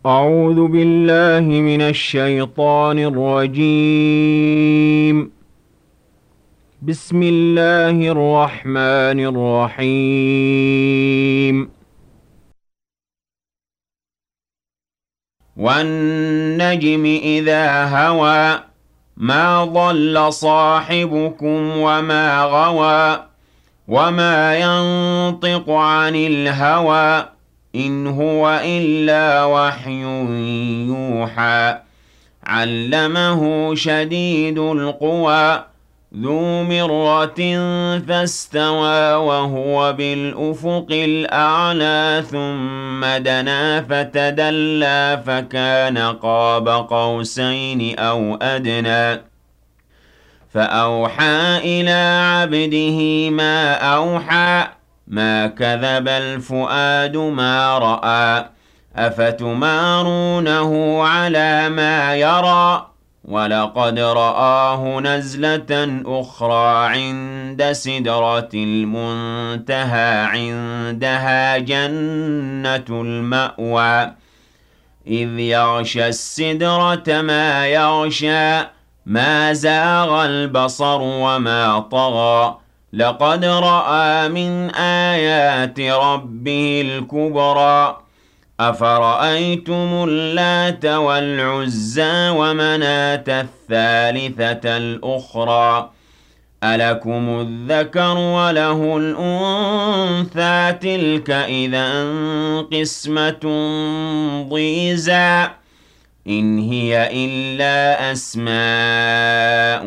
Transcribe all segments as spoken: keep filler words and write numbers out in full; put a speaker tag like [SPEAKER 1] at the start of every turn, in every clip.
[SPEAKER 1] أعوذ بالله من الشيطان الرجيم. بسم الله الرحمن الرحيم. والنجم إذا هوى ما ضل صاحبكم وما غوى وما ينطق عن الهوى إن هو إلا وحي يوحى علمه شديد القوى ذو مرة فاستوى وهو بالأفق الأعلى ثم دنا فتدلى فكان قاب قوسين أو أدنى فأوحى إلى عبده ما أوحى ما كذب الفؤاد ما رأى أفتمارونه على ما يرى ولقد رآه نزلة أخرى عند سدرة المنتهى عندها جنة المأوى إذ يغشى السدرة ما يغشى ما زاغ البصر وما طغى لقد رأى من آيات ربه الكبرى أفرأيتم اللات والعزى ومناة الثالثة الأخرى ألكم الذكر وله الأنثى تلك إذا قسمة ضيزى إن هي إلا أسماء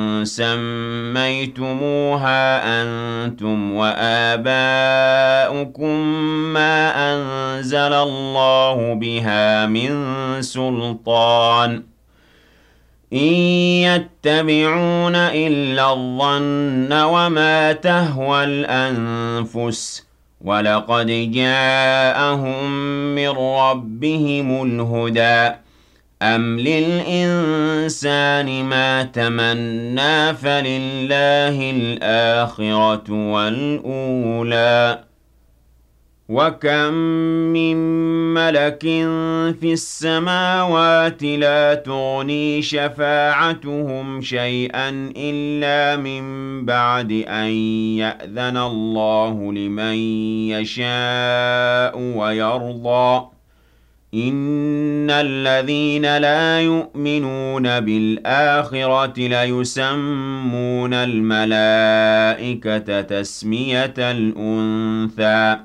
[SPEAKER 1] سميتموها أنتم وآباؤكم ما أنزل الله بها من سلطان إن يتبعون إلا الظن وما تهوى الأنفس ولقد جاءهم من ربهم الهدى أم للإنسان ما تمنى فلله الآخرة والأولى وكم من ملك في السماوات لا تغني شفاعتهم شيئا إلا من بعد أن يأذن الله لمن يشاء ويرضى إن الذين لا يؤمنون بالآخرة ليسمون الملائكة تسمية الأنثى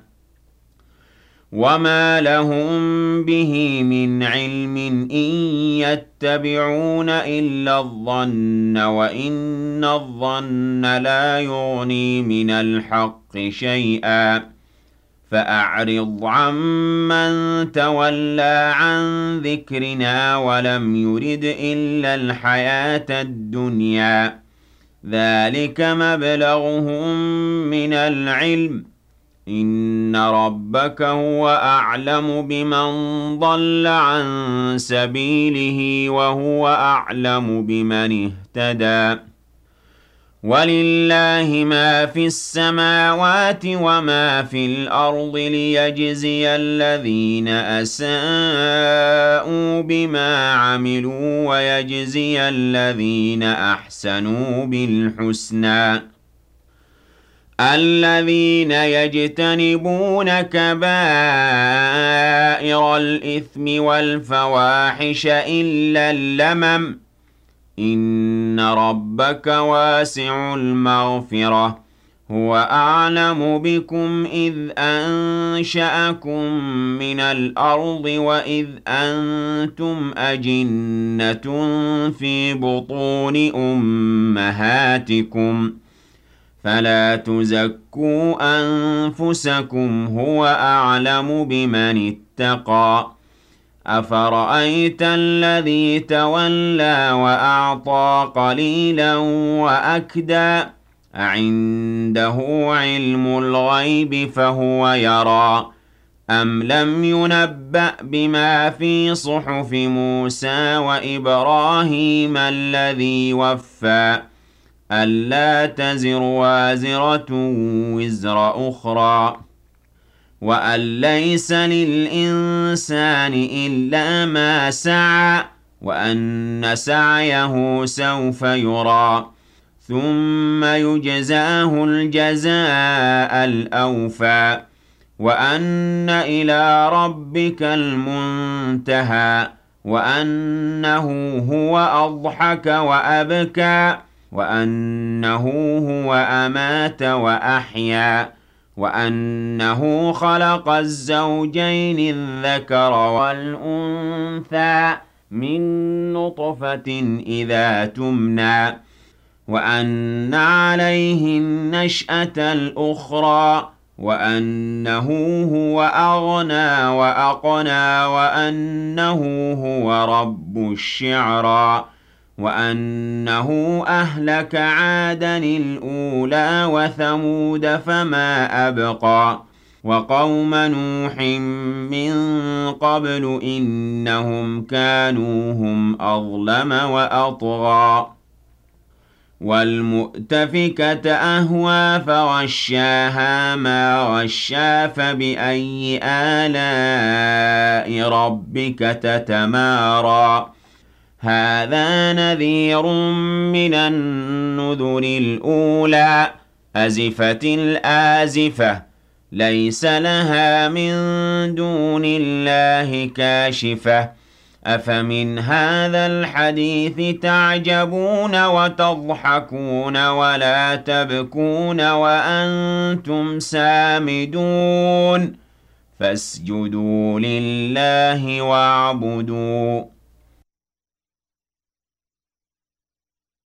[SPEAKER 1] وما لهم به من علم إن يتبعون إلا الظن وإن الظن لا يغني من الحق شيئا فأعرض عمن تولى عن ذكرنا ولم يرد إلا الحياة الدنيا ذلك مبلغهم من العلم إن ربك هو أعلم بمن ضل عن سبيله وهو أعلم بمن اهتدى ولله ما في السماوات وما في الأرض ليجزي الذين أساءوا بما عملوا ويجزي الذين أحسنوا بالحسنى الذين يجتنبون كبائر الإثم والفواحش إلا اللمم إن ربك واسع المغفرة هو أعلم بكم إذ أنشأكم من الأرض وإذ أنتم أجنة في بطون أمهاتكم فلا تزكوا أنفسكم هو أعلم بمن اتقى أفرأيت الذي تولى وأعطى قليلا وأكدى أعنده علم الغيب فهو يرى أم لم ينبأ بما في صحف موسى وإبراهيم الذي وفى ألا تزر وازرة وزر أخرى وأن ليس للإنسان إلا ما سعى وأن سعيه سوف يرى ثم يجزاه الجزاء الأوفى وأن إلى ربك المنتهى وأنه هو أضحك وأبكى وأنه هو أمات وأحيا وأنه خلق الزوجين الذكر والأنثى من نطفة إذا تمنى وأن عليه النشأة الأخرى وأنه هو أغنى وأقنى وأنه هو رب الشعرى وأنه أهلك عادا الأولى وثمود فما أبقى وقوم نوح من قبل إنهم كانوا هم أظلم وأطغى والمؤتفكة أهوى فغشاها ما غشا فبأي آلاء ربك تتمارى هذا نذير من النذر الأولى أزفت الآزفة ليس لها من دون الله كاشفة أفمن هذا الحديث تعجبون وتضحكون ولا تبكون وأنتم سامدون فاسجدوا لله واعبدوا